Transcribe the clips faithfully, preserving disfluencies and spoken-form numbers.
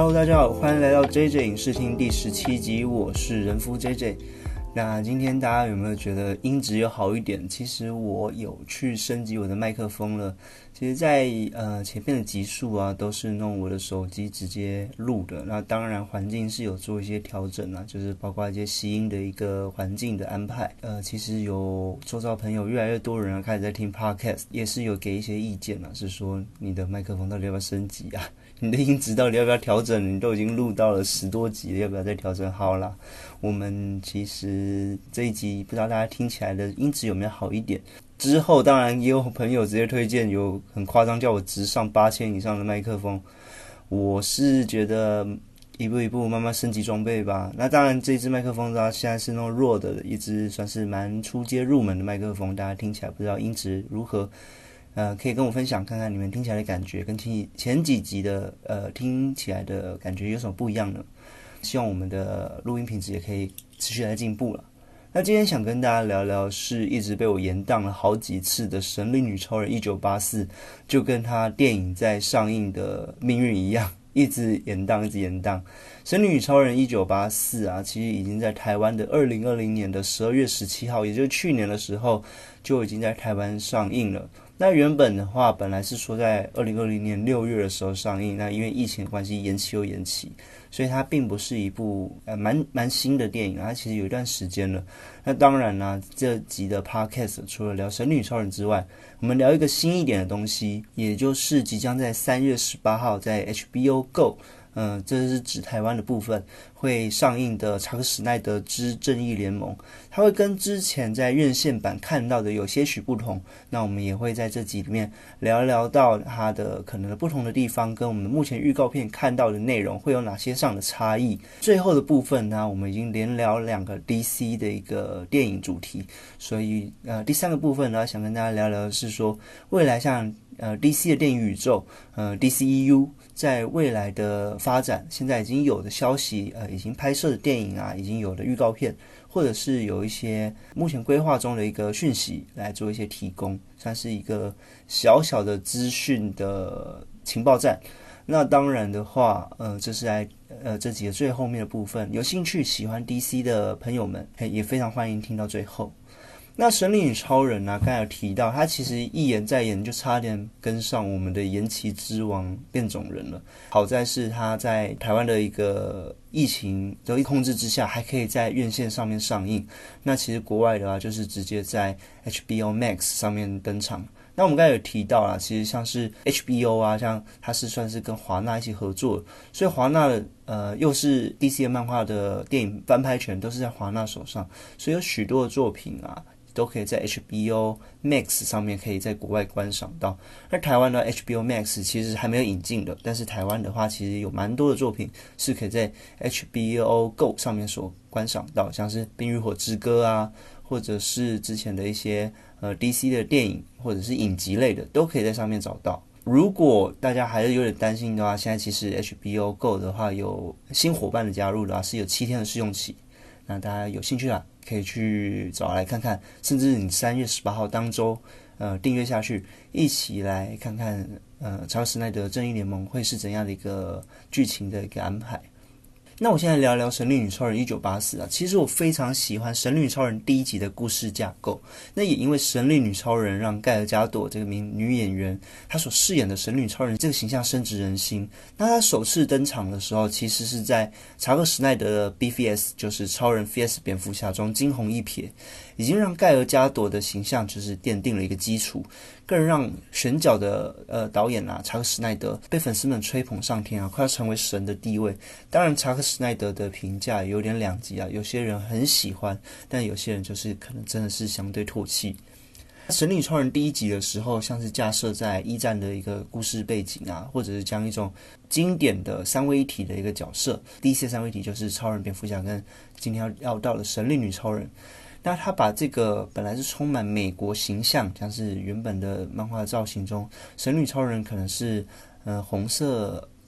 Hello， 大家好，欢迎来到 J J 影视厅第十七集，我是人夫 J J。那今天大家有没有觉得音质有好一点？其实我有去升级我的麦克风了。其实在呃前面的集数啊，都是弄我的手机直接录的。那当然环境是有做一些调整啊，就是包括一些吸音的一个环境的安排。呃，其实有周遭朋友越来越多人啊开始在听 podcast， 也是有给一些意见啊，是说你的麦克风到底要不要升级啊？你的音质到底要不要调整？你都已经录到了十多集了，要不要再调整好啦？我们其实这一集不知道大家听起来的音质有没有好一点。之后当然也有朋友直接推荐，有很夸张叫我直上八千以上的麦克风。我是觉得一步一步慢慢升级装备吧。那当然这支麦克风它现在是那种弱的一支，算是蛮初阶入门的麦克风，大家听起来不知道音质如何。呃，可以跟我分享看看你们听起来的感觉，跟听前几集的呃听起来的感觉有什么不一样呢？希望我们的录音品质也可以持续来进步了。那今天想跟大家聊聊，是一直被我延宕了好几次的《神力女超人一九八四》，就跟他电影在上映的命运一样，一直延宕，一直延宕。《神力女超人一九八四》啊，其实已经在台湾的二零二零年的十二月十七号，也就是去年的时候就已经在台湾上映了。那原本的话，本来是说在二零二零年六月的时候上映，那因为疫情的关系延期又延期，所以它并不是一部呃蛮蛮新的电影，它其实有一段时间了。那当然啦、啊，这集的 podcast 除了聊神女超人之外，我们聊一个新一点的东西，也就是即将在三月十八号在 H B O Go。嗯、呃，这是指台湾的部分会上映的查克·史奈德之正义联盟，它会跟之前在院线版看到的有些许不同。那我们也会在这集里面聊聊到它的可能的不同的地方，跟我们目前预告片看到的内容会有哪些上的差异。最后的部分呢，我们已经连聊两个 D C 的一个电影主题，所以呃第三个部分呢，想跟大家聊聊的是说未来像呃 D C 的电影宇宙，呃 D C E U。在未来的发展，现在已经有的消息，呃，已经拍摄的电影啊，已经有的预告片，或者是有一些目前规划中的一个讯息来做一些提供，算是一个小小的资讯的情报站。那当然的话，呃，这是在呃这几个最后面的部分，有兴趣喜欢 D C 的朋友们，也非常欢迎听到最后。那神力女超人啊，刚才有提到，他其实一演再演就差点跟上我们的延期之王变种人了。好在是他在台湾的一个疫情得以控制之下，还可以在院线上面上映。那其实国外的话，就是直接在 H B O Max 上面登场。那我们刚才有提到啦，其实像是 H B O 啊，像它是算是跟华纳一起合作，所以华纳的呃又是 D C 的漫画的电影翻拍权都是在华纳手上，所以有许多的作品啊。都可以在 H B O Max 上面可以在国外观赏到。那台湾的 H B O Max 其实还没有引进的，但是台湾的话其实有蛮多的作品是可以在 H B O Go 上面所观赏到，像是《冰与火之歌》啊，或者是之前的一些呃 D C 的电影或者是影集类的，都可以在上面找到。如果大家还是有点担心的话，现在其实 H B O Go 的话有新伙伴的加入的话，是有七天的试用期。那大家有兴趣啦，可以去找来看看，甚至你三月十八号当周，呃，订阅下去，一起来看看，呃，查克·史奈德正义联盟会是怎样的一个剧情的一个安排。那我现在聊聊《神力女超人一九八四》啊，其实我非常喜欢《神力女超人》第一集的故事架构。那也因为《神力女超人》让盖尔加朵这个名女演员，她所饰演的神力女超人这个形象深植人心。那她首次登场的时候，其实是在查克·史奈德的 B V S， 就是超人 V S 蝙蝠侠中惊鸿一瞥，已经让盖尔加朵的形象就是奠定了一个基础。更让选角的呃导演啊查克·史奈德被粉丝们吹捧上天啊，快要成为神的地位。当然，查克·史奈德的评价有点两极啊，有些人很喜欢，但有些人就是可能真的是相对唾弃。神力女超人第一集的时候，像是架设在一战的一个故事背景啊，或者是将一种经典的三位一体的一个角色 ，D C 三位一体就是超人、蝙蝠侠跟今天要要到的神力女超人。那他把这个本来是充满美国形象，像是原本的漫画造型中，神女超人可能是呃红色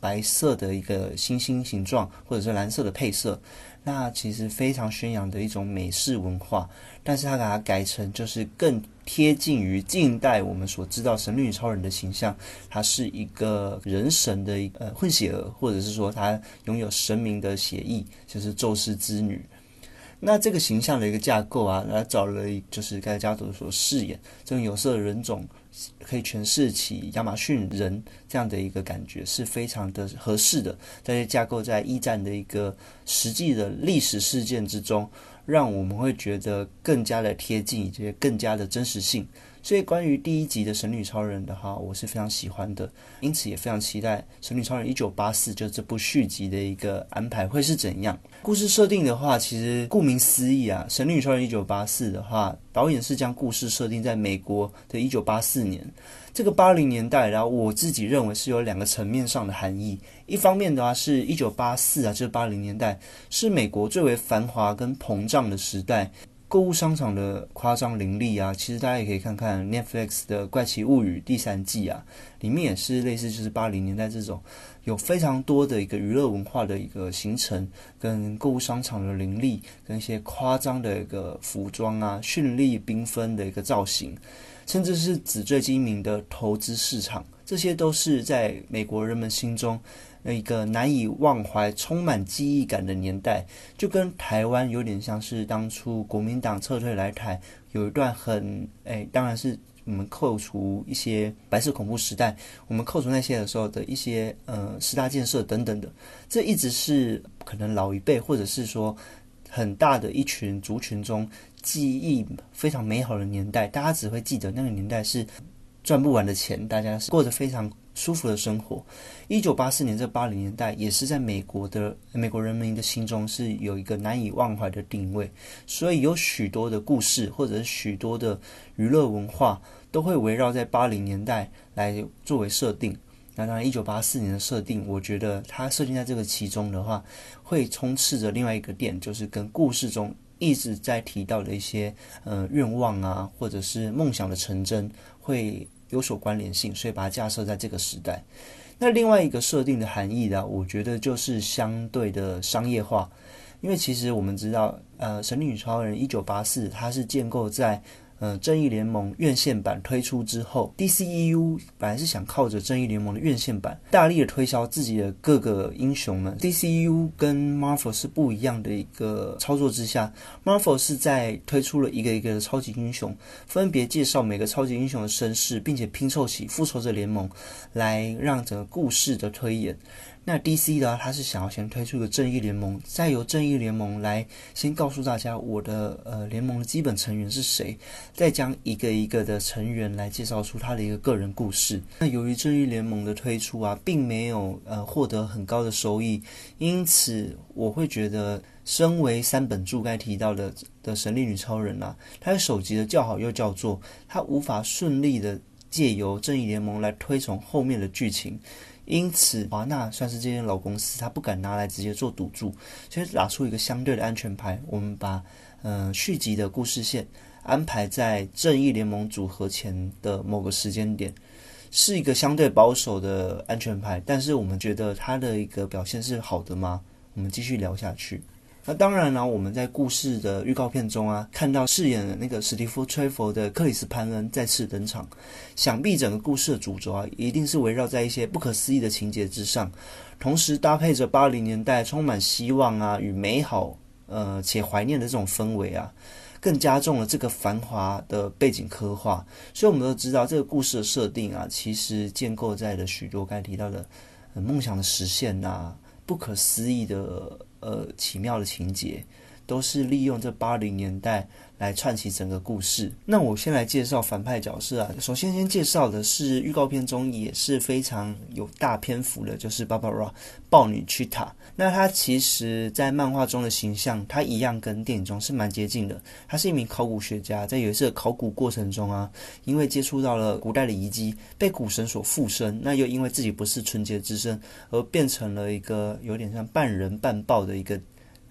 白色的一个星星形状，或者是蓝色的配色，那其实非常宣扬的一种美式文化，但是他把它改成就是更贴近于近代我们所知道神力女超人的形象，她是一个人神的一个、呃、混血儿，或者是说她拥有神明的血裔，就是宙斯之女。那这个形象的一个架构啊，他找了就是盖加朵所饰演这种有色的人种，可以诠释起亚马逊人这样的一个感觉，是非常的合适的。在架构在一战的一个实际的历史事件之中，让我们会觉得更加的贴近，以及更加的真实性。所以关于第一集的神女超人的话，我是非常喜欢的，因此也非常期待神女超人一九八四就这部续集的一个安排会是怎样。故事设定的话，其实顾名思义啊，神女超人一九八四的话，导演是将故事设定在美国的一九八四年。这个八零年代，然后我自己认为是有两个层面上的含义。一方面的话是一九八四啊，就是八零年代是美国最为繁华跟膨胀的时代，购物商场的夸张林立啊，其实大家也可以看看 Netflix 的《怪奇物语》第三季啊，里面也是类似就是八零年代这种有非常多的一个娱乐文化的一个形成，跟购物商场的林立，跟一些夸张的一个服装啊，绚丽缤纷的一个造型，甚至是纸醉金迷的投资市场，这些都是在美国人们心中一个难以忘怀、充满记忆感的年代，就跟台湾有点像是当初国民党撤退来台，有一段很诶，当然是我们扣除一些白色恐怖时代，我们扣除那些的时候的一些呃十大建设等等的，这一直是可能老一辈或者是说很大的一群族群中记忆非常美好的年代，大家只会记得那个年代是赚不完的钱，大家是过得非常舒服的生活。一九八四年这八零年代也是在美国的美国人民的心中是有一个难以忘怀的定位，所以有许多的故事或者是许多的娱乐文化都会围绕在八零年代来作为设定。那当然一九八四年的设定，我觉得它设定在这个其中的话，会充斥着另外一个点，就是跟故事中一直在提到的一些呃愿望啊，或者是梦想的成真，会有所关联性，所以把它架设在这个时代。那另外一个设定的含义呢，我觉得就是相对的商业化，因为其实我们知道，呃，神力女超人一九八四它是建构在呃，正义联盟院线版推出之后 ，D C E U 本来是想靠着正义联盟的院线版大力的推销自己的各个英雄们。D C E U 跟 Marvel 是不一样的一个操作之下 ，Marvel 是在推出了一个一个的超级英雄，分别介绍每个超级英雄的身世，并且拼凑起复仇者联盟，来让整个故事的推演。那 D C 的它是想要先推出一个正义联盟，再由正义联盟来先告诉大家我的呃联盟的基本成员是谁，再将一个一个的成员来介绍出他的一个个人故事。那由于正义联盟的推出啊，并没有呃获得很高的收益，因此我会觉得身为三本柱该提到的的神力女超人啊，她的首集的叫好又叫座，她无法顺利的借由正义联盟来推崇后面的剧情。因此华纳算是这间老公司，他不敢拿来直接做赌注，所以打出一个相对的安全牌。我们把呃续集的故事线安排在正义联盟组合前的某个时间点，是一个相对保守的安全牌，但是我们觉得它的一个表现是好的吗？我们继续聊下去。那当然呢，我们在故事的预告片中啊，看到饰演的那个史蒂夫·崔佛的克里斯·潘恩再次登场，想必整个故事的主轴啊，一定是围绕在一些不可思议的情节之上，同时搭配着八零年代充满希望啊与美好呃且怀念的这种氛围啊，更加重了这个繁华的背景刻画。所以我们都知道，这个故事的设定啊，其实建构在了许多刚才提到的、呃、梦想的实现啊，不可思议的呃奇妙的情节，都是利用这八零年代来串起整个故事。那我先来介绍反派角色啊，首先先介绍的是预告片中也是非常有大篇幅的，就是 Barbara 豹女 Cheetah。那她其实在漫画中的形象，她一样跟电影中是蛮接近的。她是一名考古学家，在有一次的考古过程中啊，因为接触到了古代的遗迹，被古神所附身，那又因为自己不是纯洁之身，而变成了一个有点像半人半豹的一个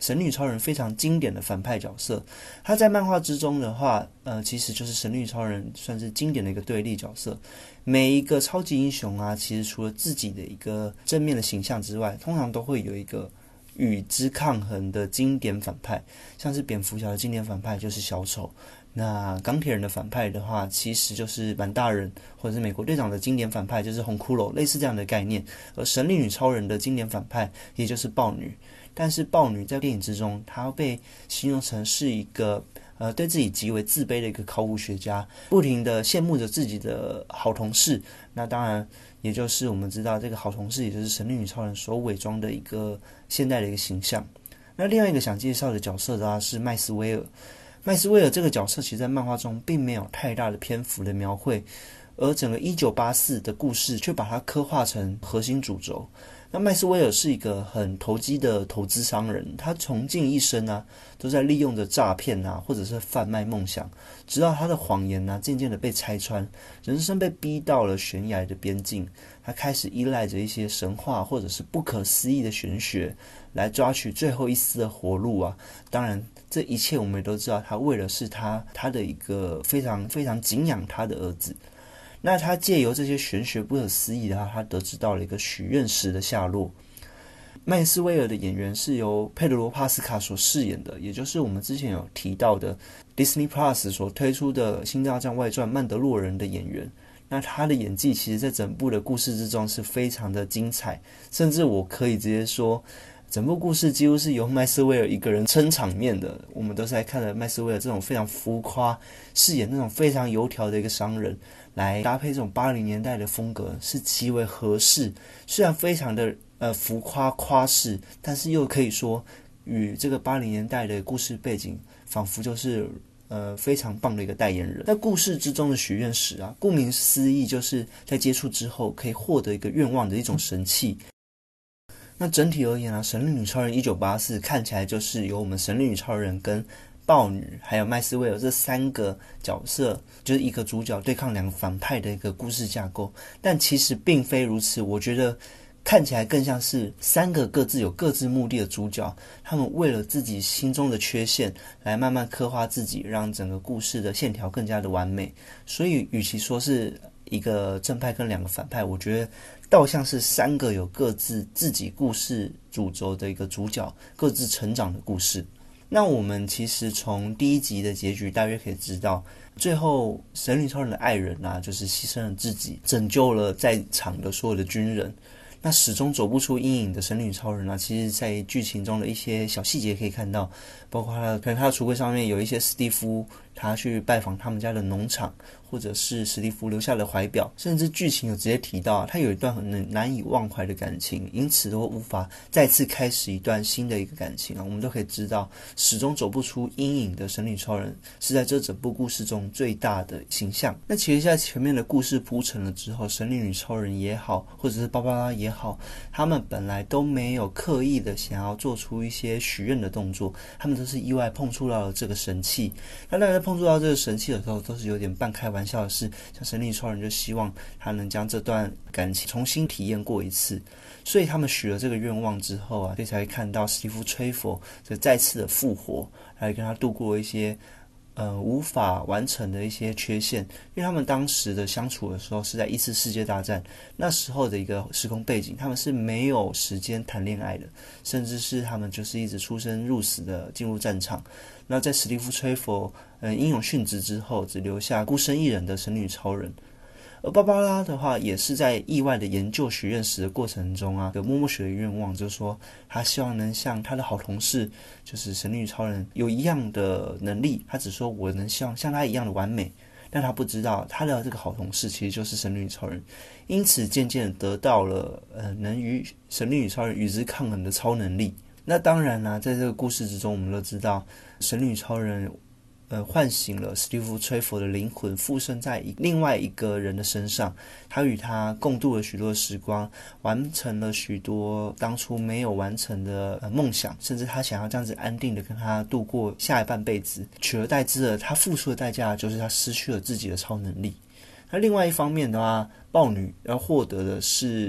神力女超人非常经典的反派角色。他在漫画之中的话，呃，其实就是神力女超人算是经典的一个对立角色。每一个超级英雄啊，其实除了自己的一个正面的形象之外，通常都会有一个与之抗衡的经典反派，像是蝙蝠侠的经典反派就是小丑。那钢铁人的反派的话，其实就是满大人，或者是美国队长的经典反派就是红骷髅，类似这样的概念。而神力女超人的经典反派也就是豹女，但是豹女在电影之中，她被形容成是一个呃对自己极为自卑的一个考古学家，不停的羡慕着自己的好同事。那当然，也就是我们知道这个好同事，也就是神力女超人所伪装的一个现代的一个形象。那另外一个想介绍的角色的话是麦斯威尔。麦斯威尔这个角色其实在漫画中并没有太大的篇幅的描绘，而整个一九八四的故事却把它刻画成核心主轴。那麦斯威尔是一个很投机的投资商人，他穷尽一生啊，都在利用着诈骗啊，或者是贩卖梦想，直到他的谎言啊渐渐的被拆穿，人生被逼到了悬崖的边境，他开始依赖着一些神话或者是不可思议的玄学来抓取最后一丝的活路啊。当然这一切我们也都知道，他为了是他他的一个非常非常敬仰他的儿子。那他借由这些玄学不可思议的话，他得知到了一个许愿石的下落。麦斯威尔的演员是由佩德罗·帕斯卡所饰演的，也就是我们之前有提到的 Disney Plus 所推出的《星大战外传：曼德洛人》的演员。那他的演技其实在整部的故事之中是非常的精彩，甚至我可以直接说整部故事几乎是由麦斯威尔一个人撑场面的。我们都是在看了麦斯威尔这种非常浮夸，饰演那种非常油条的一个商人，来搭配这种八零年代的风格，是极为合适。虽然非常的呃浮夸夸饰，但是又可以说与这个八零年代的故事背景仿佛就是呃非常棒的一个代言人。在故事之中的许愿石啊，顾名思义就是在接触之后可以获得一个愿望的一种神器。那整体而言啊，神力女超人一九八四看起来就是由我们神力女超人跟豹女还有麦斯威尔这三个角色，就是一个主角对抗两个反派的一个故事架构。但其实并非如此，我觉得看起来更像是三个各自有各自目的的主角，他们为了自己心中的缺陷来慢慢刻画自己，让整个故事的线条更加的完美。所以与其说是一个正派跟两个反派，我觉得倒像是三个有各自自己故事主轴的一个主角，各自成长的故事。那我们其实从第一集的结局大约可以知道，最后神力超人的爱人啊，就是牺牲了自己，拯救了在场的所有的军人。那始终走不出阴影的神力女超人啊，其实在剧情中的一些小细节可以看到，包括他的可能他的橱柜上面有一些史蒂夫他去拜访他们家的农场，或者是史蒂夫留下的怀表，甚至剧情有直接提到他有一段很难以忘怀的感情，因此都无法再次开始一段新的一个感情啊。我们都可以知道，始终走不出阴影的神力女超人是在这整部故事中最大的形象。那其实在前面的故事铺陈了之后，神力女超人也好，或者是芭芭拉也好，他们本来都没有刻意的想要做出一些许愿的动作，他们都是意外碰触到了这个神器。那大家在碰触到这个神器的时候，都是有点半开玩笑的事，像神力女超人就希望他能将这段感情重新体验过一次。所以他们许了这个愿望之后啊，所以才会看到史蒂夫吹佛这再次的复活，来跟他度过一些呃无法完成的一些缺陷。因为他们当时的相处的时候是在一次世界大战，那时候的一个时空背景，他们是没有时间谈恋爱的，甚至是他们就是一直出生入死的进入战场。那在史蒂夫吹佛呃英勇殉职之后，只留下孤身一人的神女超人。而芭芭拉的话，也是在意外的研究许愿石的过程中啊，有默默许的愿望，就是说他希望能像他的好同事，就是神力女超人有一样的能力。他只说我能希望像他一样的完美，但他不知道他的这个好同事其实就是神力女超人，因此渐渐得到了呃能与神力女超人与之抗衡的超能力。那当然啦、啊，在这个故事之中，我们都知道神力女超人呃，唤醒了史蒂夫吹佛的灵魂，附身在另外一个人的身上。他与他共度了许多时光，完成了许多当初没有完成的、呃、梦想，甚至他想要这样子安定的跟他度过下一半辈子。取而代之的，他付出的代价就是他失去了自己的超能力。那另外一方面的话，豹女要获得的是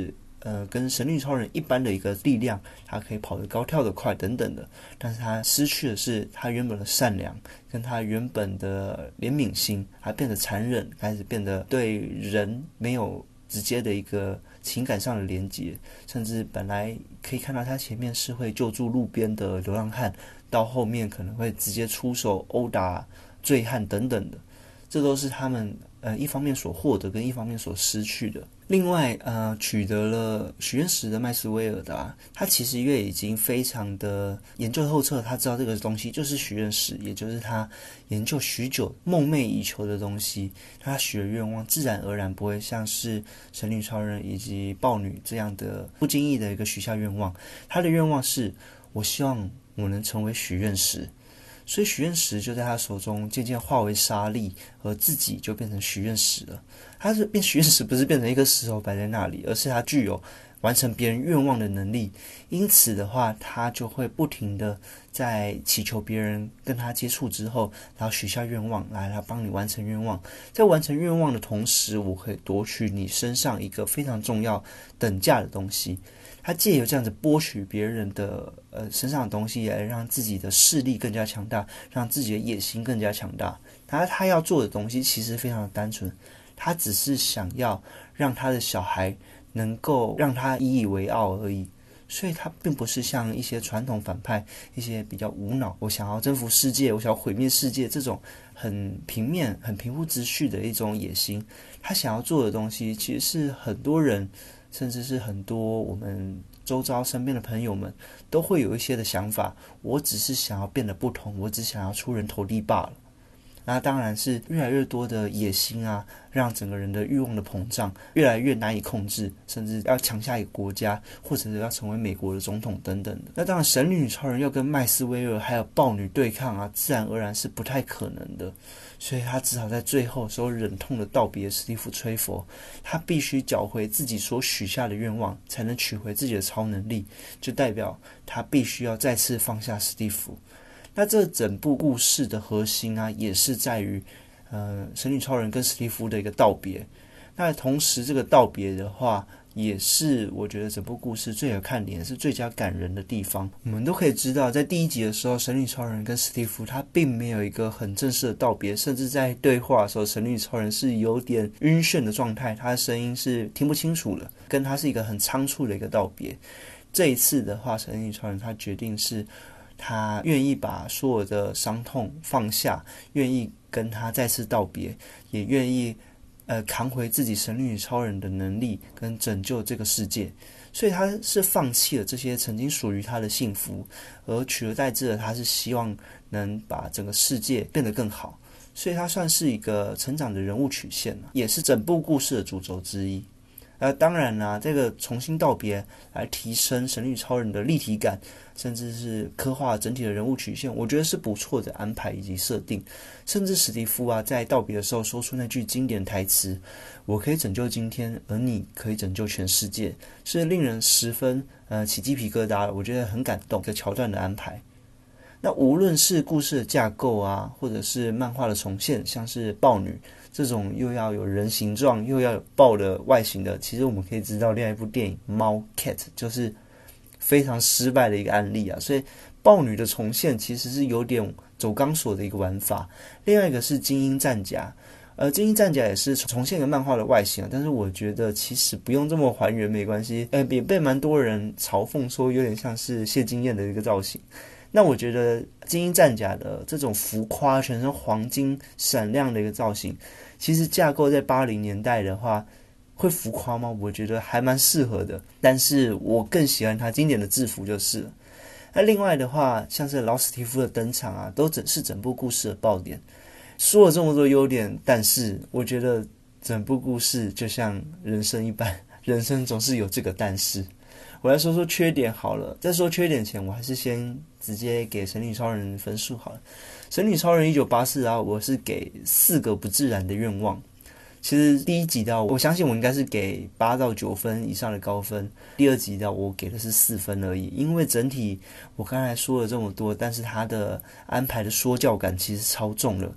呃跟神力女超人一般的一个力量，他可以跑得高跳得快等等的，但是他失去的是他原本的善良跟他原本的怜悯心，他变得残忍，开始变得对人没有直接的一个情感上的连结，甚至本来可以看到他前面是会救助路边的流浪汉，到后面可能会直接出手殴打醉汉等等的，这都是他们呃一方面所获得跟一方面所失去的。另外呃取得了许愿石的麦斯威尔达，他其实也已经非常的研究透彻，他知道这个东西就是许愿石，也就是他研究许久梦寐以求的东西。他许的愿望自然而然不会像是神女超人以及豹女这样的不经意的一个许下愿望，他的愿望是我希望我能成为许愿石，所以许愿石就在他手中渐渐化为沙粒，而自己就变成许愿石了。他是变许愿石，不是变成一颗石头摆在那里，而是他具有完成别人愿望的能力。因此的话，他就会不停的在祈求别人跟他接触之后，然后许下愿望，来来帮你完成愿望。在完成愿望的同时，我可以夺取你身上一个非常重要等价的东西。他借由这样子剥取别人的呃身上的东西，来让自己的势力更加强大，让自己的野心更加强大。他他要做的东西其实非常的单纯，他只是想要让他的小孩能够让他引以为傲而已。所以他并不是像一些传统反派，一些比较无脑，我想要征服世界，我想要毁灭世界这种很平面、很平铺直叙的一种野心。他想要做的东西，其实是很多人，甚至是很多我们周遭身边的朋友们都会有一些的想法，我只是想要变得不同，我只想要出人头地罢了。那当然是越来越多的野心啊，让整个人的欲望的膨胀越来越难以控制，甚至要抢下一个国家，或者是要成为美国的总统等等的。那当然神女超人要跟麦斯威尔还有豹女对抗啊，自然而然是不太可能的，所以他只好在最后时候忍痛的道别史蒂夫吹佛，他必须缴回自己所许下的愿望，才能取回自己的超能力，就代表他必须要再次放下史蒂夫。那这整部故事的核心啊，也是在于呃神女超人跟史蒂夫的一个道别。那同时这个道别的话，也是我觉得整部故事最有看点，是最佳感人的地方。我们都可以知道，在第一集的时候，神女超人跟史蒂夫他并没有一个很正式的道别，甚至在对话的时候，神女超人是有点晕眩的状态，他的声音是听不清楚了，跟他是一个很仓促的一个道别。这一次的话，神女超人他决定是他愿意把所有的伤痛放下，愿意跟他再次道别，也愿意呃扛回自己神女超人的能力跟拯救这个世界。所以他是放弃了这些曾经属于他的幸福，而取而代之的他是希望能把整个世界变得更好。所以他算是一个成长的人物曲线，也是整部故事的主轴之一。呃，当然啦，这个重新道别来提升神女超人的立体感，甚至是刻画整体的人物曲线，我觉得是不错的安排以及设定。甚至史蒂夫啊，在道别的时候说出那句经典台词：“我可以拯救今天，而你可以拯救全世界”，是令人十分呃起鸡皮疙瘩了。我觉得很感动的桥段的安排。那无论是故事的架构啊，或者是漫画的重现，像是豹女这种又要有人形状又要有豹的外形的，其实我们可以知道另外一部电影《猫 Cat》就是非常失败的一个案例啊。所以豹女的重现其实是有点走钢索的一个玩法。另外一个是精英战甲，呃，精英战甲也是重现一个漫画的外形啊，但是我觉得其实不用这么还原没关系，呃，也被蛮多人嘲讽说有点像是谢金燕的一个造型。那我觉得精英战甲的这种浮夸全身黄金闪亮的一个造型，其实架构在八零年代的话会浮夸吗？我觉得还蛮适合的，但是我更喜欢它经典的制服就是了。那另外的话，像是老史蒂夫的登场啊，都整是整部故事的爆点。说了这么多优点，但是我觉得整部故事就像人生一般，人生总是有这个但是。我来说说缺点好了，在说缺点前，我还是先直接给神女超人分数好了。神女超人一九八四啊，我是给四个不自然的愿望。其实第一集的我相信我应该是给八到九分以上的高分，第二集的我给的是四分而已。因为整体我刚才说了这么多，但是它的安排的说教感其实超重了。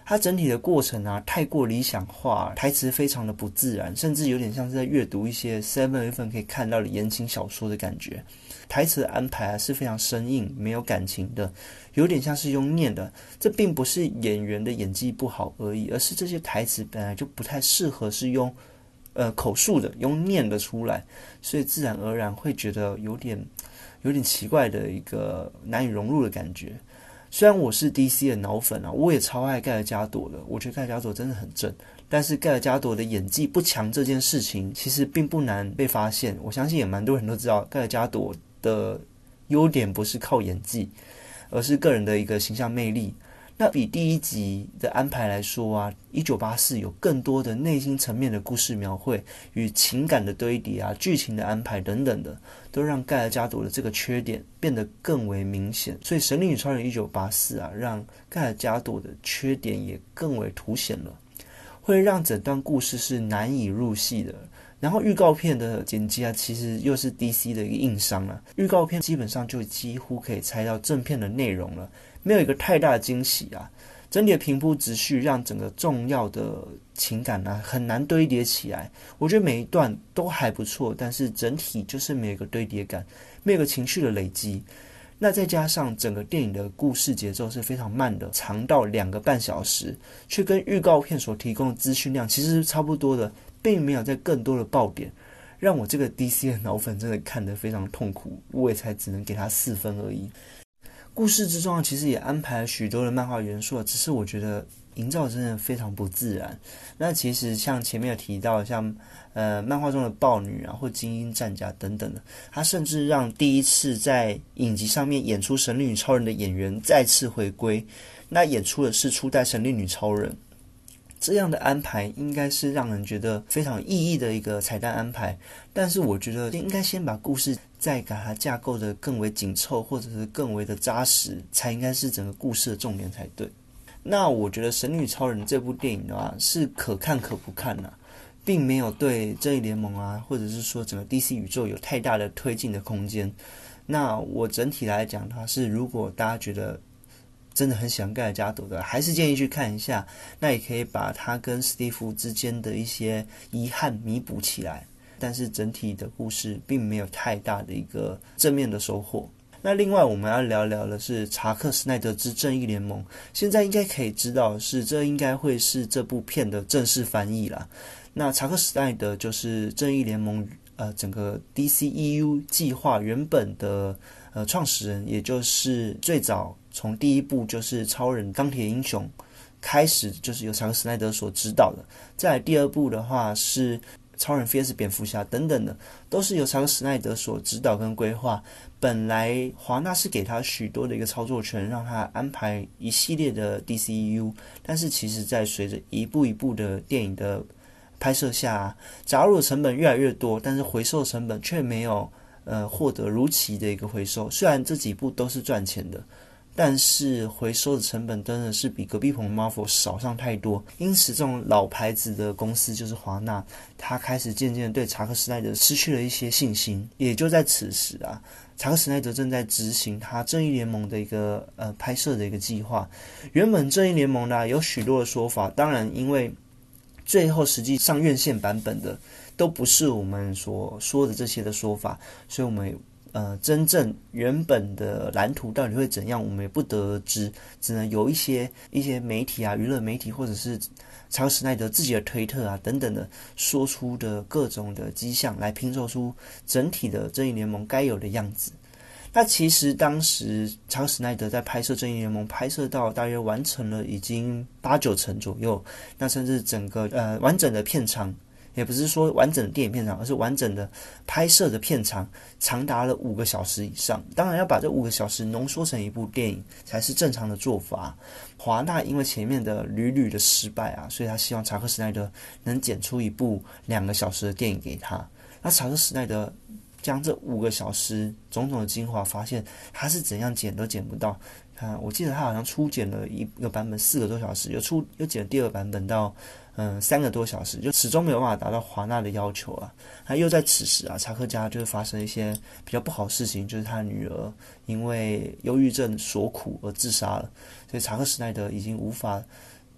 它整体的过程啊太过理想化，台词非常的不自然，甚至有点像是在阅读一些 Seven Eleven 可以看到的言情小说的感觉。台词的安排啊是非常生硬，没有感情的，有点像是用念的。这并不是演员的演技不好而已，而是这些台词本来就不太适合是用呃口述的，用念的出来，所以自然而然会觉得有点有点奇怪的一个难以融入的感觉。虽然我是 D C 的脑粉啊，我也超爱盖尔加朵的，我觉得盖尔加朵真的很正，但是盖尔加朵的演技不强这件事情其实并不难被发现，我相信也蛮多人都知道盖尔加朵的优点不是靠演技，而是个人的一个形象魅力。那比第一集的安排来说啊，一九八四有更多的内心层面的故事描绘与情感的堆叠啊，剧情的安排等等的，都让盖尔加朵的这个缺点变得更为明显。所以神力女超人一九八四啊，让盖尔加朵的缺点也更为凸显了，会让整段故事是难以入戏的。然后预告片的剪辑啊，其实又是 D C 的一个硬伤啊，预告片基本上就几乎可以猜到正片的内容了，没有一个太大的惊喜啊。整体的平铺直叙让整个重要的情感啊很难堆叠起来。我觉得每一段都还不错，但是整体就是没有一个堆叠感，没有一个情绪的累积。那再加上整个电影的故事节奏是非常慢的，长到两个半小时，却跟预告片所提供的资讯量其实是差不多的，并没有在更多的爆点，让我这个 D C 的脑粉真的看得非常痛苦，我也才只能给他四分而已。故事之中其实也安排了许多的漫画元素，只是我觉得营造真的非常不自然。那其实像前面有提到，像呃漫画中的豹女啊，或精英战甲等等的，他甚至让第一次在影集上面演出神力女超人的演员再次回归，那演出的是初代神力女超人。这样的安排应该是让人觉得非常有意义的一个彩蛋安排，但是我觉得应该先把故事再把它架构的更为紧凑，或者是更为的扎实，才应该是整个故事的重点才对。那我觉得神女超人这部电影的话是可看可不看啊，并没有对正义联盟啊，或者是说整个 D C 宇宙有太大的推进的空间。那我整体来讲的话是，如果大家觉得真的很喜欢盖尔加朵的，还是建议去看一下，那也可以把他跟史蒂夫之间的一些遗憾弥补起来，但是整体的故事并没有太大的一个正面的收获。那另外我们要聊聊的是查克·史奈德之正义联盟，现在应该可以知道是这应该会是这部片的正式翻译啦。那查克·史奈德就是正义联盟呃整个 D C E U 计划原本的呃创始人，也就是最早从第一部就是超人钢铁英雄开始，就是由查克·史奈德所指导的。再来第二部的话是超人 V S 蝙蝠侠等等的，都是由查克·史奈德所指导跟规划。本来华纳是给他许多的一个操作权，让他安排一系列的 D C E U， 但是其实在随着一步一步的电影的拍摄下，砸入的成本越来越多，但是回收成本却没有呃获得如期的一个回收。虽然这几部都是赚钱的，但是回收的成本真的是比隔壁棚 Marvel 少上太多。因此这种老牌子的公司就是华纳，他开始渐渐对查克·史奈德失去了一些信心。也就在此时啊，查克·史奈德正在执行他正义联盟的一个呃拍摄的一个计划。原本正义联盟呢、啊、有许多的说法，当然因为最后实际上院线版本的都不是我们所说的这些的说法，所以我们呃真正原本的蓝图到底会怎样，我们也不得而知，只能有一些一些媒体啊、娱乐媒体或者是查克·史奈德自己的推特啊等等的说出的各种的迹象，来拼凑出整体的正义联盟该有的样子。那其实当时查克·史奈德在拍摄正义联盟，拍摄到大约完成了已经八九成左右，那甚至整个呃完整的片长，也不是说完整的电影片长，而是完整的拍摄的片长长达了五个小时以上。当然要把这五个小时浓缩成一部电影才是正常的做法。华纳因为前面的屡屡的失败啊，所以他希望查克·史奈德能剪出一部两个小时的电影给他。那查克·史奈德将这五个小时种种的精华，发现他是怎样剪都剪不到。啊，我记得他好像初剪了一个版本四个多小时，又出又剪了第二个版本到嗯三个多小时，就始终没有办法达到华纳的要求啊。那又在此时啊，查克家就发生一些比较不好的事情，就是他的女儿因为忧郁症所苦而自杀了，所以查克·史奈德已经无法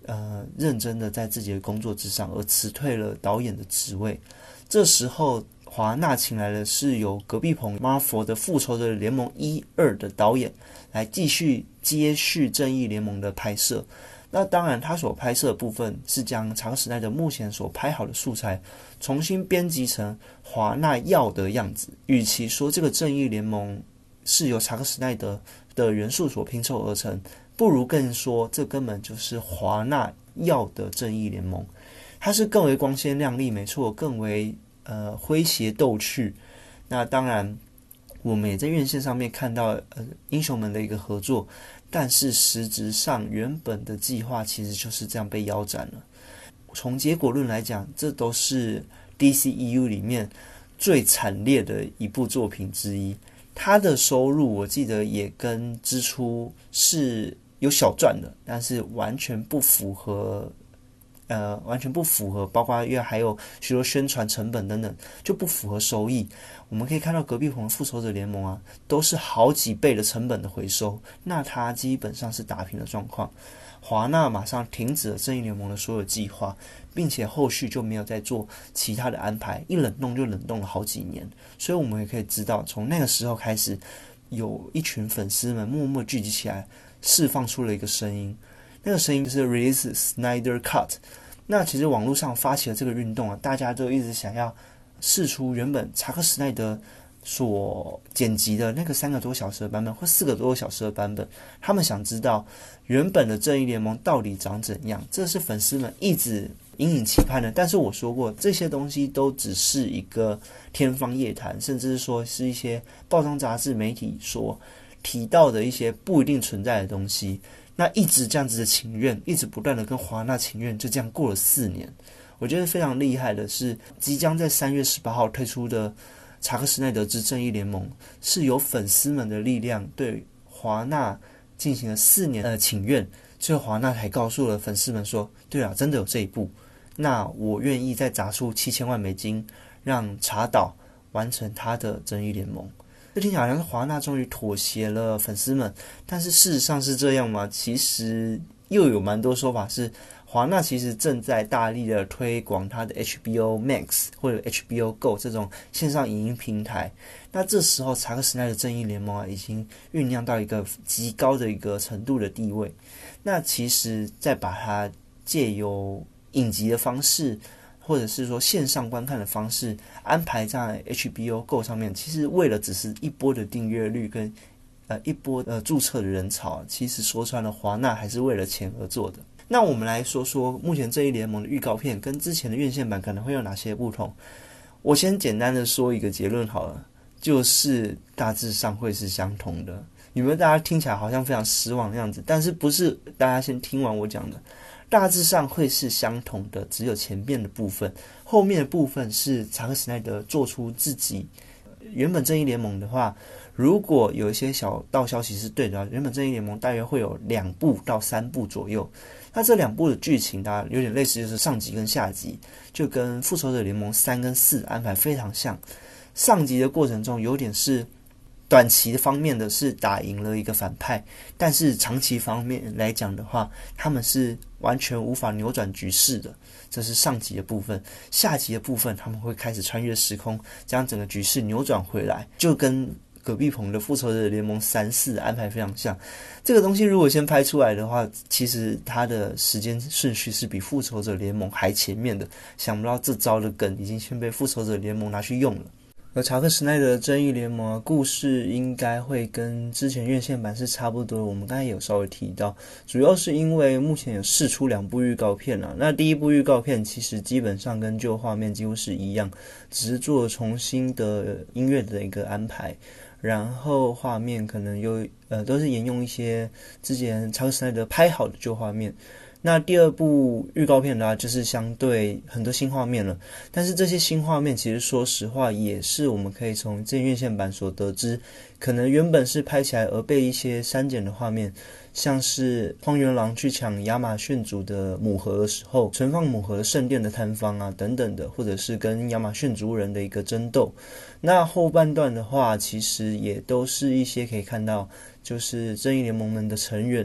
呃认真的在自己的工作之上，而辞退了导演的职位。这时候华纳请来的是由隔壁棚 Marvel 的复仇者联盟一、二的导演来继续接续正义联盟的拍摄。那当然他所拍摄的部分是将查克史奈德目前所拍好的素材重新编辑成华纳要的样子。与其说这个正义联盟是由查克史奈德的元素所拼凑而成，不如更说这根本就是华纳要的正义联盟。它是更为光鲜亮丽，没错，更为呃诙谐逗趣。那当然我们也在院线上面看到呃英雄们的一个合作，但是实质上原本的计划其实就是这样被腰斩了。从结果论来讲，这都是 D C E U 里面最惨烈的一部作品之一。它的收入我记得也跟支出是有小赚的，但是完全不符合呃，完全不符合，包括因为还有许多宣传成本等等，就不符合收益。我们可以看到隔壁棚的复仇者联盟啊，都是好几倍的成本的回收，那它基本上是打平的状况。华纳马上停止了正义联盟的所有计划，并且后续就没有再做其他的安排，一冷冻就冷冻了好几年。所以我们也可以知道，从那个时候开始，有一群粉丝们默默聚集起来，释放出了一个声音，那个声音就是 Release Snyder Cut。那其实网络上发起了这个运动啊，大家都一直想要释出原本查克史奈德所剪辑的那个三个多小时的版本或四个多小时的版本，他们想知道原本的正义联盟到底长怎样，这是粉丝们一直隐隐期盼的。但是我说过，这些东西都只是一个天方夜谭，甚至是说是一些报章杂志媒体所提到的一些不一定存在的东西。那一直这样子的请愿，一直不断的跟华纳请愿，就这样过了四年。我觉得非常厉害的是，即将在三月十八号推出的查克史奈德之正义联盟，是由粉丝们的力量对华纳进行了四年的请愿，最后华纳还告诉了粉丝们说，对啊，真的有这一部，那我愿意再砸出七千万美金，让查导完成他的正义联盟。这听起来好像是华纳终于妥协了粉丝们，但是事实上是这样吗？其实又有蛮多说法是，华纳其实正在大力的推广它的 H B O Max 或者 H B O Go 这种线上影音平台。那这时候查克史奈德正义联盟啊，已经酝酿到一个极高的一个程度的地位。那其实再把它借由影集的方式，或者是说线上观看的方式安排在 H B O Go 上面，其实为了只是一波的订阅率跟呃一波呃注册的人潮，其实说穿了华纳还是为了钱而做的。那我们来说说目前正义联盟的预告片跟之前的院线版可能会有哪些不同。我先简单的说一个结论好了，就是大致上会是相同的。有没有大家听起来好像非常失望的样子？但是不是，大家先听完我讲的。大致上会是相同的，只有前面的部分，后面的部分是查克史奈德做出自己。原本正义联盟的话，如果有一些小道消息是对的，原本正义联盟大约会有两部到三部左右。那这两部的剧情大家有点类似，就是上集跟下集，就跟复仇者联盟三跟四安排非常像。上集的过程中有点是短期方面的是打赢了一个反派，但是长期方面来讲的话，他们是完全无法扭转局势的。这是上集的部分。下集的部分他们会开始穿越时空，将整个局势扭转回来，就跟隔壁棚的复仇者联盟三四安排非常像。这个东西如果先拍出来的话，其实它的时间顺序是比复仇者联盟还前面的。想不到这招的梗已经先被复仇者联盟拿去用了。而查克史奈德的正义联盟故事应该会跟之前院线版是差不多的，我们刚才有稍微提到，主要是因为目前有释出两部预告片啦。那第一部预告片其实基本上跟旧画面几乎是一样，只是做重新的音乐的一个安排，然后画面可能又呃都是沿用一些之前查克史奈德拍好的旧画面。那第二部预告片的话，就是相对很多新画面了，但是这些新画面其实说实话也是我们可以从这院线版所得知，可能原本是拍起来而被一些删减的画面，像是荒原狼去抢亚马逊族的母盒的时候，存放母盒的圣殿的摊方啊等等的，或者是跟亚马逊族人的一个争斗。那后半段的话，其实也都是一些可以看到就是正义联盟们的成员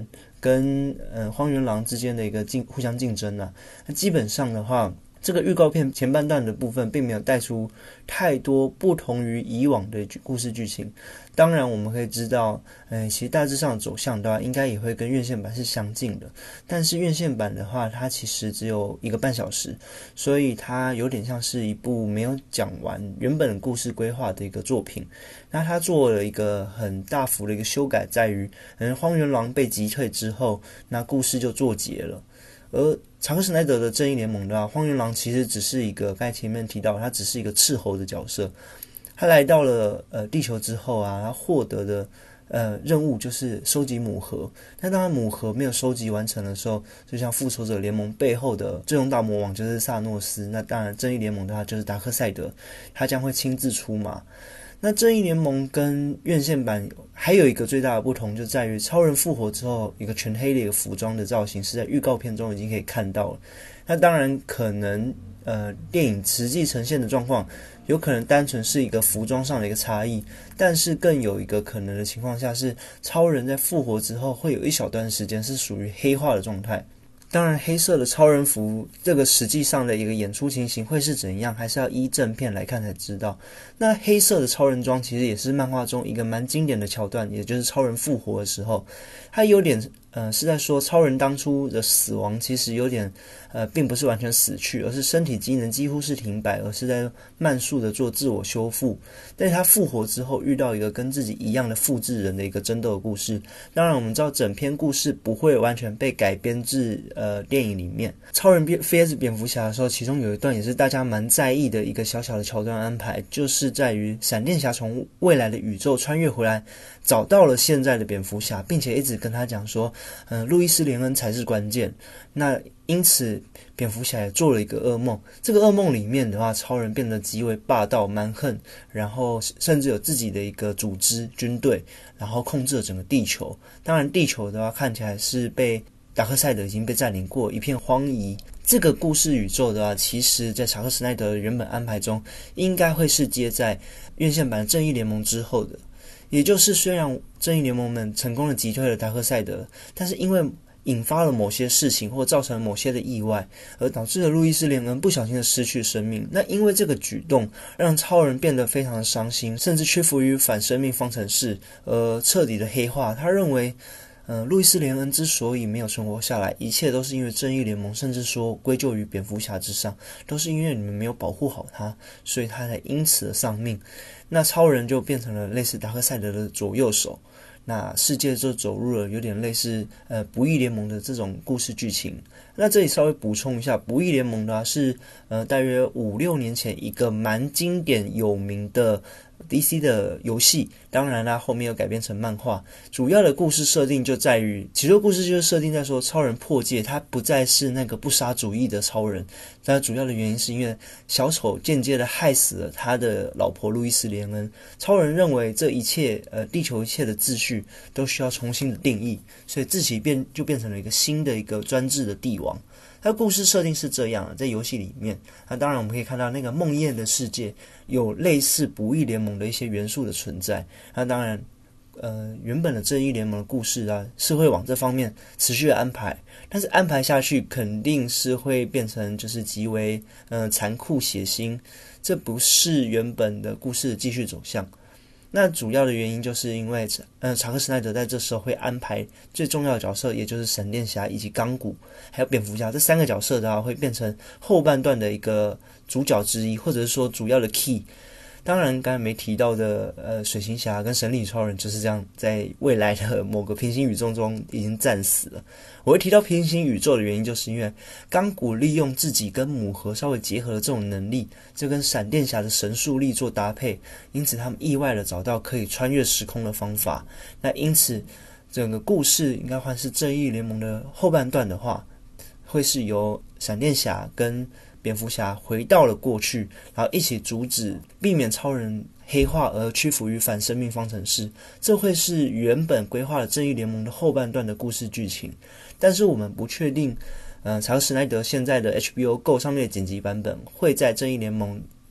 跟呃荒原狼之间的一个竞互相竞争啊。那基本上的话，这个预告片前半段的部分并没有带出太多不同于以往的故事剧情。当然我们可以知道，呃，其实大致上的走向的话，应该也会跟院线版是相近的。但是院线版的话，它其实只有一个半小时，所以它有点像是一部没有讲完原本故事规划的一个作品。那它做了一个很大幅的一个修改，在于，嗯，荒原狼被击退之后，那故事就作结了。而查克·史奈德的正义联盟的话，荒原狼其实只是一个，刚才前面提到，他只是一个斥候的角色。他来到了呃地球之后啊，他获得的呃任务就是收集母盒。但当他母盒没有收集完成的时候，就像复仇者联盟背后的最终大魔王就是萨诺斯，那当然正义联盟的话就是达克赛德，他将会亲自出马。那正义联盟跟院线版还有一个最大的不同，就在于超人复活之后，一个全黑的一个服装的造型是在预告片中已经可以看到了。那当然可能呃电影实际呈现的状况有可能单纯是一个服装上的一个差异，但是更有一个可能的情况下是，超人在复活之后会有一小段时间是属于黑化的状态。当然黑色的超人服这个实际上的一个演出情形会是怎样，还是要依正片来看才知道。那黑色的超人装其实也是漫画中一个蛮经典的桥段，也就是超人复活的时候，它有点呃是在说超人当初的死亡其实有点呃并不是完全死去，而是身体机能几乎是停摆，而是在慢速的做自我修复。但是他复活之后遇到一个跟自己一样的复制人的一个争斗的故事。当然我们知道整篇故事不会完全被改编至呃电影里面。超人 V S 蝙蝠侠的时候，其中有一段也是大家蛮在意的一个小小的桥段安排，就是在于闪电侠从未来的宇宙穿越回来，找到了现在的蝙蝠侠，并且一直跟他讲说嗯、呃，路易斯连恩才是关键。那因此蝙蝠侠也做了一个噩梦，这个噩梦里面的话，超人变得极为霸道蛮横，然后甚至有自己的一个组织军队，然后控制了整个地球。当然地球的话看起来是被达克赛德已经被占领过，一片荒夷。这个故事宇宙的话，其实在查克·史奈德的原本安排中应该会是接在院线版正义联盟之后的。也就是虽然正义联盟们成功的击退了达克赛德，但是因为引发了某些事情或造成了某些的意外，而导致了路易斯连恩不小心的失去生命。那因为这个举动让超人变得非常的伤心，甚至屈服于反生命方程式，呃，彻底的黑化。他认为呃，路易斯连恩之所以没有存活下来，一切都是因为正义联盟，甚至说归咎于蝙蝠侠之上，都是因为你们没有保护好他，所以他才因此而丧命。那超人就变成了类似达克赛德的左右手，那世界就走入了有点类似呃不义联盟的这种故事剧情。那这里稍微补充一下，不义联盟的话是呃大约五六年前一个蛮经典有名的D C 的游戏，当然啦后面又改编成漫画。主要的故事设定就在于，其实故事就是设定在说超人破戒，他不再是那个不杀主义的超人。但主要的原因是因为小丑间接的害死了他的老婆路易斯连恩。超人认为这一切呃地球一切的秩序都需要重新的定义，所以自己变就变成了一个新的一个专制的帝王。它故事设定是这样，在游戏里面，那当然我们可以看到那个梦魇的世界有类似不义联盟的一些元素的存在。那当然呃，原本的正义联盟的故事啊，是会往这方面持续的安排，但是安排下去肯定是会变成就是极为呃残酷血腥，这不是原本的故事的继续走向。那主要的原因就是因为呃，查克·史奈德在这时候会安排最重要的角色，也就是闪电侠以及钢骨还有蝙蝠侠这三个角色的话，会变成后半段的一个主角之一，或者是说主要的 key。当然刚才没提到的呃，水行侠跟神力超人就是这样在未来的某个平行宇宙中已经战死了。我会提到平行宇宙的原因，就是因为钢骨利用自己跟母核稍微结合的这种能力，这跟闪电侠的神速力做搭配，因此他们意外的找到可以穿越时空的方法。那因此整个故事应该换是正义联盟的后半段的话，会是由闪电侠跟蝙蝠侠回到了过去，然后一起阻止避免超人黑化而屈服于反生命方程式。这会是原本规划的正义联盟的后半段的故事剧情。但是我们不确定呃，查克·史奈德现在的 H B O Go 上面的剪辑版本会在正义联盟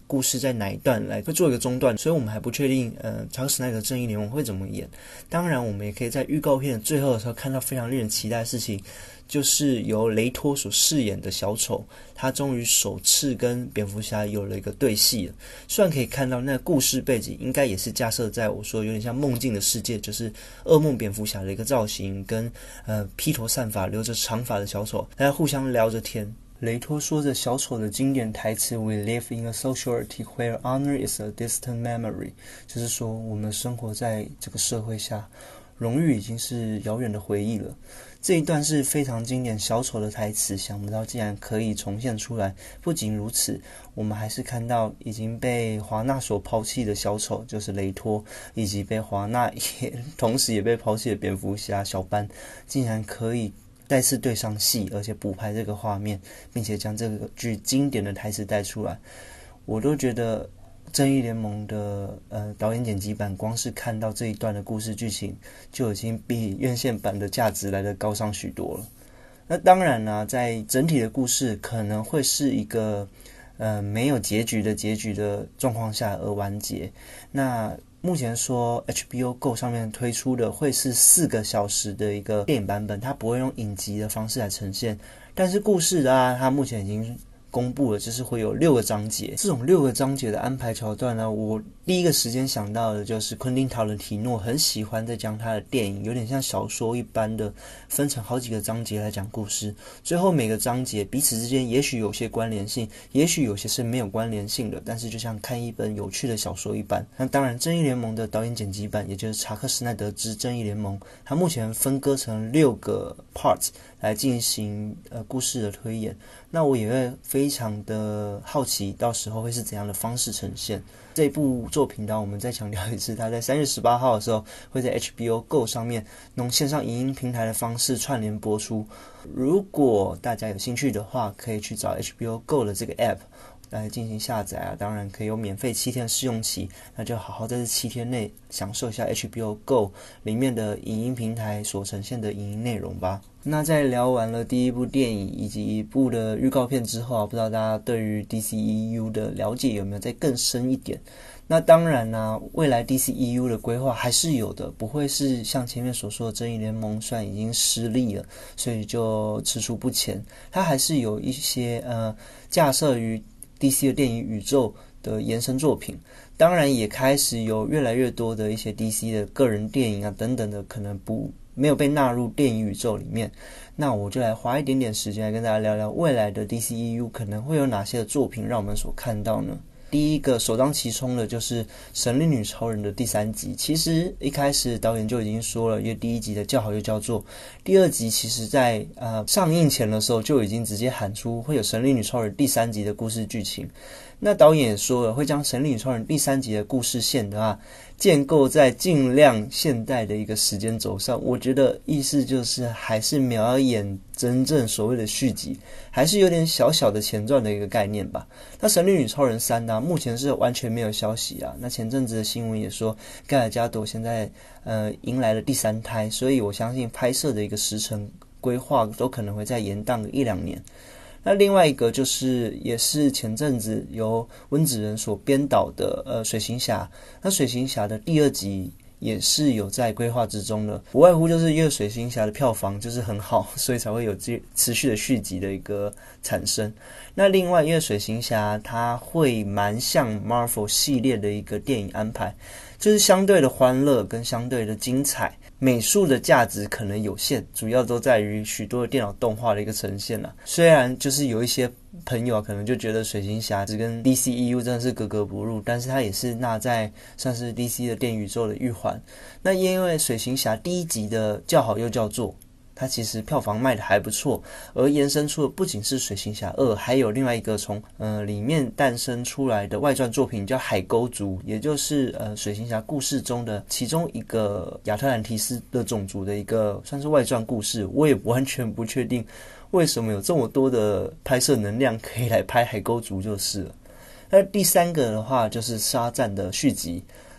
故事在哪一段来会做一个中断，所以我们还不确定呃查克史奈德正义联盟会怎么演。当然我们也可以在预告片的最后的时候看到非常令人期待的事情，就是由雷托所饰演的小丑，他终于首次跟蝙蝠侠有了一个对戏了。虽然可以看到那个故事背景应该也是架设在我说有点像梦境的世界，就是噩梦蝙蝠侠的一个造型跟呃披头散发留着长发的小丑大家互相聊着天。雷托说着小丑的经典台词 We live in a society where honor is a distant memory， 就是说我们生活在这个社会下，荣誉已经是遥远的回忆了。这一段是非常经典小丑的台词，想不到竟然可以重现出来。不仅如此，我们还是看到已经被华纳所抛弃的小丑，就是雷托，以及被华纳也同时也被抛弃的蝙蝠侠小班，竟然可以再次对上戏，而且补拍这个画面，并且将这个句经典的台词带出来。我都觉得正义联盟的呃导演剪辑版光是看到这一段的故事剧情就已经比院线版的价值来得高上许多了。那当然啦、啊，在整体的故事可能会是一个呃没有结局的结局的状况下而完结。那目前说 H B O Go 上面推出的会是四个小时的一个电影版本，它不会用影集的方式来呈现，但是故事啊，它目前已经公布了，就是会有六个章节。这种六个章节的安排桥段呢，我第一个时间想到的就是昆汀·塔伦提诺很喜欢在将他的电影有点像小说一般的分成好几个章节来讲故事，最后每个章节彼此之间也许有些关联性，也许有些是没有关联性的，但是就像看一本有趣的小说一般。那当然正义联盟的导演剪辑版，也就是查克·史奈德之正义联盟，它目前分割成六个 parts 来进行呃故事的推演。那我也会非常的好奇到时候会是怎样的方式呈现这部作品。当我们再强调一次，它在三月十八号的时候会在 H B O Go 上面用线上影音平台的方式串联播出。如果大家有兴趣的话，可以去找 H B O Go 的这个 app来进行下载啊，当然可以有免费七天试用期，那就好好在这七天内享受一下 H B O Go 里面的影音平台所呈现的影音内容吧。那在聊完了第一部电影以及一部的预告片之后啊，不知道大家对于 D C E U 的了解有没有再更深一点？那当然呢、啊，未来 D C E U 的规划还是有的，不会是像前面所说的正义联盟虽然已经失利了，所以就踟蹰不前，它还是有一些呃架设于 D C 的电影宇宙的延伸作品。当然也开始有越来越多的一些 D C 的个人电影啊等等的可能不没有被纳入电影宇宙里面。那我就来花一点点时间来跟大家聊聊未来的 D C E U 可能会有哪些的作品让我们所看到呢？第一个首当其冲的就是神力女超人的第三集。其实一开始导演就已经说了，因为第一集的叫好又叫座，第二集其实在呃上映前的时候就已经直接喊出会有神力女超人第三集的故事剧情。那导演也说了，会将神力女超人第三集的故事线的话建构在尽量现代的一个时间轴上。我觉得意思就是还是没有要演真正所谓的续集，还是有点小小的前传的一个概念吧。那神力女超人三呢、啊，目前是完全没有消息啊。那前阵子的新闻也说盖尔加朵现在呃迎来了第三胎，所以我相信拍摄的一个时程规划都可能会再延宕一两年。那另外一个就是也是前阵子由温子仁所编导的呃水行侠。那水行侠的第二集也是有在规划之中的，不外乎就是因为水行侠的票房就是很好，所以才会有持续的续集的一个产生。那另外因为水行侠它会蛮像 Marvel 系列的一个电影安排，就是相对的欢乐跟相对的精彩，美术的价值可能有限，主要都在于许多的电脑动画的一个呈现啦。虽然就是有一些朋友可能就觉得水行侠只跟 D C E U 真的是格格不入，但是它也是纳在算是 D C 的电影宇宙的一环。那因为水行侠第一集的叫好又叫座，它其实票房卖的还不错，而延伸出的不仅是水行侠二，还有另外一个从呃里面诞生出来的外传作品叫海沟族，也就是呃水行侠故事中的其中一个亚特兰提斯的种族的一个算是外传故事。我也完全不确定为什么有这么多的拍摄能量可以来拍海沟族就是了。那第三个的话就是沙赞的续集。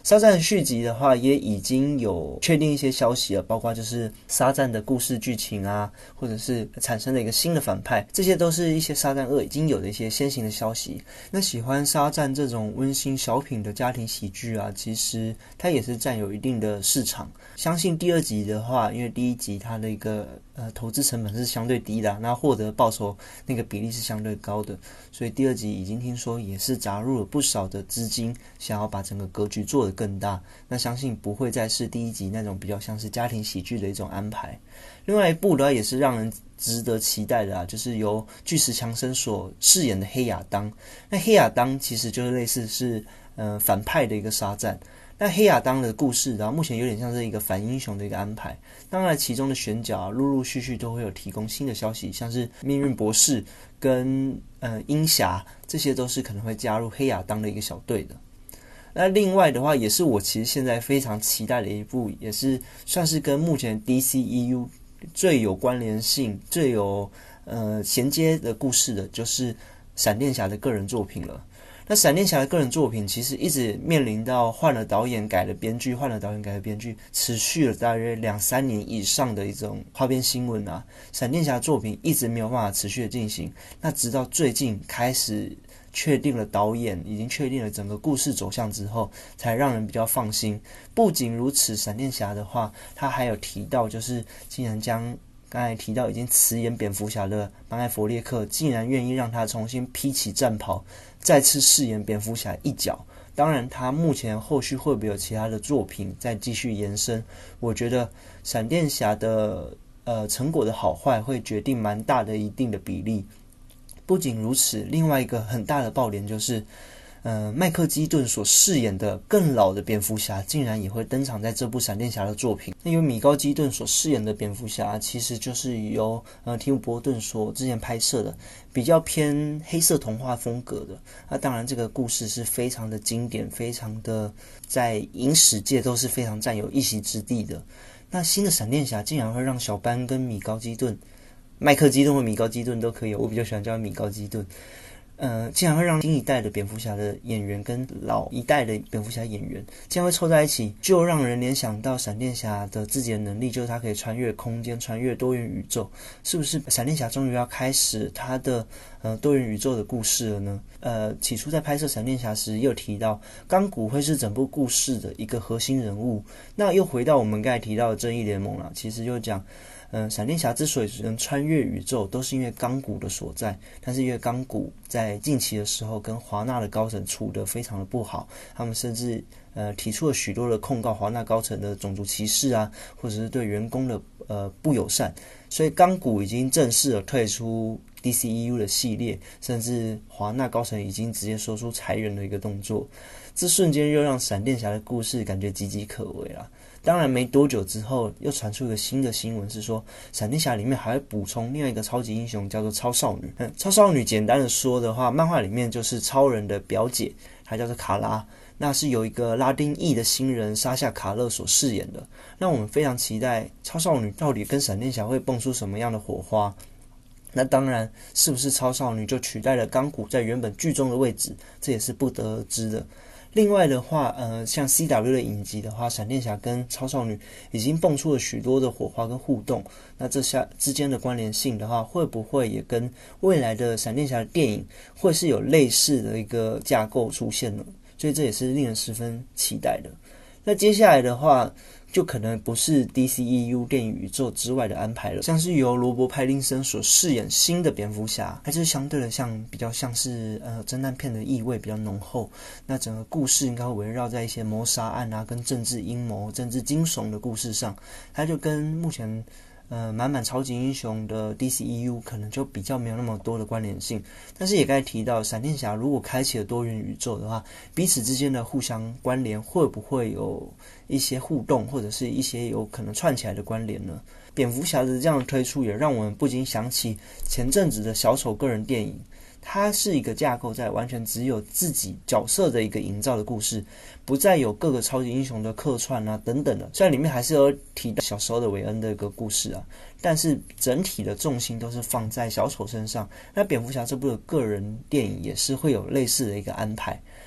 沙赞续集的话，也已经有确定一些消息了，包括就是沙赞的故事剧情啊，或者是产生了一个新的反派，这些都是一些沙赞二已经有的一些先行的消息。那喜欢沙赞这种温馨小品的家庭喜剧啊，其实它也是占有一定的市场。相信第二集的话，因为第一集它的一个呃投资成本是相对低的，那获得报酬那个比例是相对高的，所以第二集已经听说也是砸入了不少的资金，想要把整个格局做得更大。那相信不会再是第一集那种比较像是家庭喜剧的一种安排。另外一部的话也是让人值得期待的啊，就是由巨石强森所饰演的黑亚当。那黑亚当其实就是类似是呃反派的一个沙赞。那黑亚当的故事，然后目前有点像是一个反英雄的一个安排。当然，其中的选角啊，陆陆续续都会有提供新的消息，像是命运博士跟呃鹰侠，这些都是可能会加入黑亚当的一个小队的。那另外的话，也是我其实现在非常期待的一部，也是算是跟目前 D C E U 最有关联性、最有呃衔接的故事的，就是闪电侠的个人作品了。那闪电侠的个人作品其实一直面临到换了导演改了编剧，换了导演改了编剧，持续了大约两三年以上的一种花边新闻啊。闪电侠作品一直没有办法持续的进行，那直到最近开始确定了导演，已经确定了整个故事走向之后，才让人比较放心。不仅如此，闪电侠的话，他还有提到就是竟然将刚才提到已经辞演蝙蝠侠的班艾佛列克，竟然愿意让他重新披起战袍，再次饰演蝙蝠侠一角。当然他目前后续会不会有其他的作品再继续延伸，我觉得闪电侠的呃成果的好坏会决定蛮大的一定的比例。不仅如此，另外一个很大的爆点就是呃，麦克基顿所饰演的更老的蝙蝠侠竟然也会登场在这部闪电侠的作品。那由米高基顿所饰演的蝙蝠侠其实就是由呃提姆波顿所之前拍摄的，比较偏黑色童话风格的。那当然这个故事是非常的经典，非常的在影史界都是非常占有一席之地的。那新的闪电侠竟然会让小班跟米高基顿，麦克基顿或米高基顿都可以，我比较喜欢叫米高基顿。呃，竟然会让新一代的蝙蝠侠的演员跟老一代的蝙蝠侠演员竟然会凑在一起，就让人联想到闪电侠的自己的能力，就是他可以穿越空间、穿越多元宇宙。是不是闪电侠终于要开始他的呃多元宇宙的故事了呢？呃，起初在拍摄闪电侠时也有提到，钢骨会是整部故事的一个核心人物。那又回到我们刚才提到的正义联盟了，其实就讲。嗯，闪电侠之所以能穿越宇宙，都是因为钢骨的所在。但是因为钢骨在近期的时候跟华纳的高层处得非常的不好，他们甚至呃提出了许多的控告华纳高层的种族歧视啊，或者是对员工的呃不友善。所以钢骨已经正式的退出 D C E U 的系列，甚至华纳高层已经直接说出裁员的一个动作。这瞬间又让闪电侠的故事感觉岌岌可危啦。当然没多久之后又传出一个新的新闻，是说闪电侠里面还会补充另外一个超级英雄，叫做超少女。嗯，超少女简单的说的话，漫画里面就是超人的表姐，她叫做卡拉，那是由一个拉丁裔的新人莎夏卡勒所饰演的。那我们非常期待超少女到底跟闪电侠会蹦出什么样的火花。那当然是不是超少女就取代了钢骨在原本剧中的位置，这也是不得而知的。另外的话，呃，像 C W 的影集的话，闪电侠跟超少女已经蹦出了许多的火花跟互动。那这下之间的关联性的话，会不会也跟未来的闪电侠的电影会是有类似的一个架构出现呢？所以这也是令人十分期待的。那接下来的话，就可能不是 D C E U 电影宇宙之外的安排了，像是由罗伯·派丁森所饰演新的蝙蝠侠，它就是相对的像比较像是呃侦探片的意味比较浓厚。那整个故事应该会围绕在一些谋杀案啊、跟政治阴谋、政治惊悚的故事上，它就跟目前呃满满超级英雄的 D C E U 可能就比较没有那么多的关联性。但是也该提到，闪电侠如果开启了多元宇宙的话，彼此之间的互相关联会不会有一些互动，或者是一些有可能串起来的关联呢？蝙蝠侠的这样的推出也让我们不禁想起前阵子的小丑个人电影，它是一个架构在完全只有自己角色的一个营造的故事，不再有各个超级英雄的客串啊等等的。虽然里面还是有提到小时候的韦恩的一个故事啊，但是整体的重心都是放在小丑身上。那蝙蝠侠这部的个人电影也是会有类似的一个安排。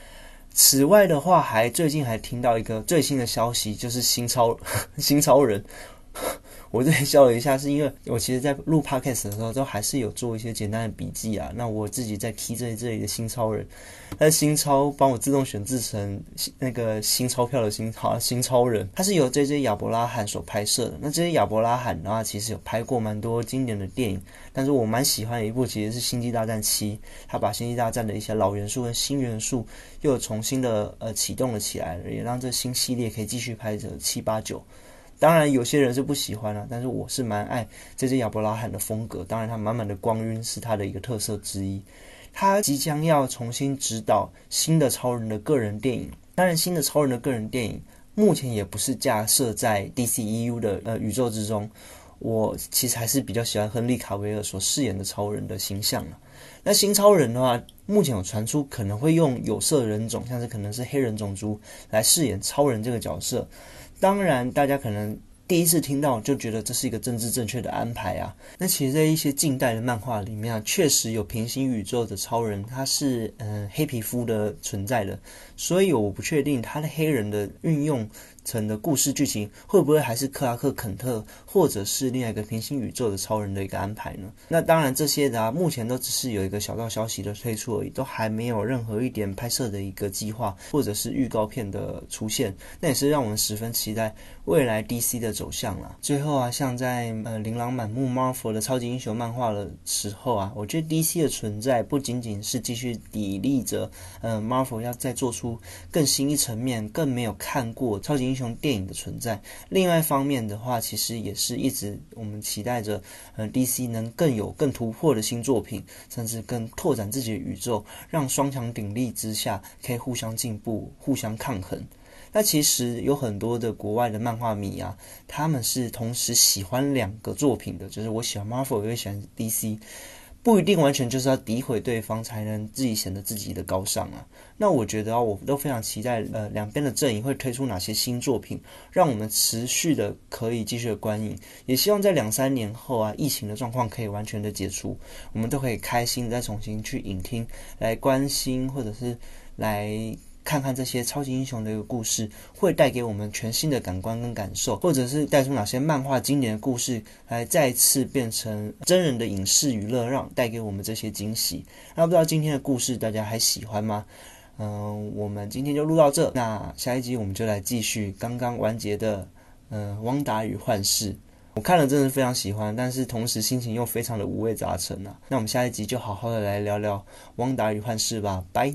此外的话，还最近还听到一个最新的消息，就是新超新超人。我这里笑了一下，是因为我其实在录 podcast 的时候都还是有做一些简单的笔记啊。那我自己在 key 这里这里的新超人，但新超帮我自动选字成那个新钞票的新好新超人，它是由 J J 亚伯拉罕所拍摄的。那 J J 亚伯拉罕的话，其实有拍过蛮多经典的电影，但是我蛮喜欢的一部其实是《星际大战七》，他把《星际大战》的一些老元素跟新元素又重新的呃启动了起来，也让这新系列可以继续拍着七八九。当然有些人是不喜欢啊，但是我是蛮爱这只亚伯拉罕的风格，当然他满满的光晕是他的一个特色之一。他即将要重新指导新的超人的个人电影，当然新的超人的个人电影目前也不是架设在 D C E U 的呃宇宙之中，我其实还是比较喜欢亨利卡维尔所饰演的超人的形象啊。那新超人的话，目前有传出可能会用有色人种，像是可能是黑人种族来饰演超人这个角色。当然大家可能第一次听到就觉得这是一个政治正确的安排啊。那其实在一些近代的漫画里面啊，确实有平行宇宙的超人，他是嗯、呃、黑皮肤的存在的，所以我不确定他的黑人的运用成的故事剧情会不会还是克拉克肯特或者是另外一个平行宇宙的超人的一个安排呢？那当然这些的啊，目前都只是有一个小道消息的推出而已，都还没有任何一点拍摄的一个计划或者是预告片的出现，那也是让我们十分期待未来 D C 的走向啦。最后啊，像在呃琳琅满目 Marvel 的超级英雄漫画的时候啊，我觉得 D C 的存在不仅仅是继续砥砺着呃 Marvel 要再做出更新一层面更没有看过超级英雄电影的存在，另外一方面的话，其实也是一直我们期待着呃 D C 能更有更突破的新作品，甚至更拓展自己的宇宙，让双强鼎立之下可以互相进步互相抗衡。那其实有很多的国外的漫画迷啊，他们是同时喜欢两个作品的，就是我喜欢 Marvel 也喜欢 D C， 不一定完全就是要诋毁对方才能自己显得自己的高尚啊。那我觉得啊，我都非常期待呃两边的阵营会推出哪些新作品，让我们持续的可以继续的观影，也希望在两三年后啊，疫情的状况可以完全的解除，我们都可以开心的再重新去影厅来关心或者是来看看这些超级英雄的一个故事会带给我们全新的感官跟感受，或者是带出哪些漫画经典的故事来再次变成真人的影视娱乐，让带给我们这些惊喜。那不知道今天的故事大家还喜欢吗？嗯，我们今天就录到这，那下一集我们就来继续刚刚完结的嗯汪达与幻视。我看了真的非常喜欢，但是同时心情又非常的五味杂陈啊。那我们下一集就好好的来聊聊汪达与幻视吧，拜。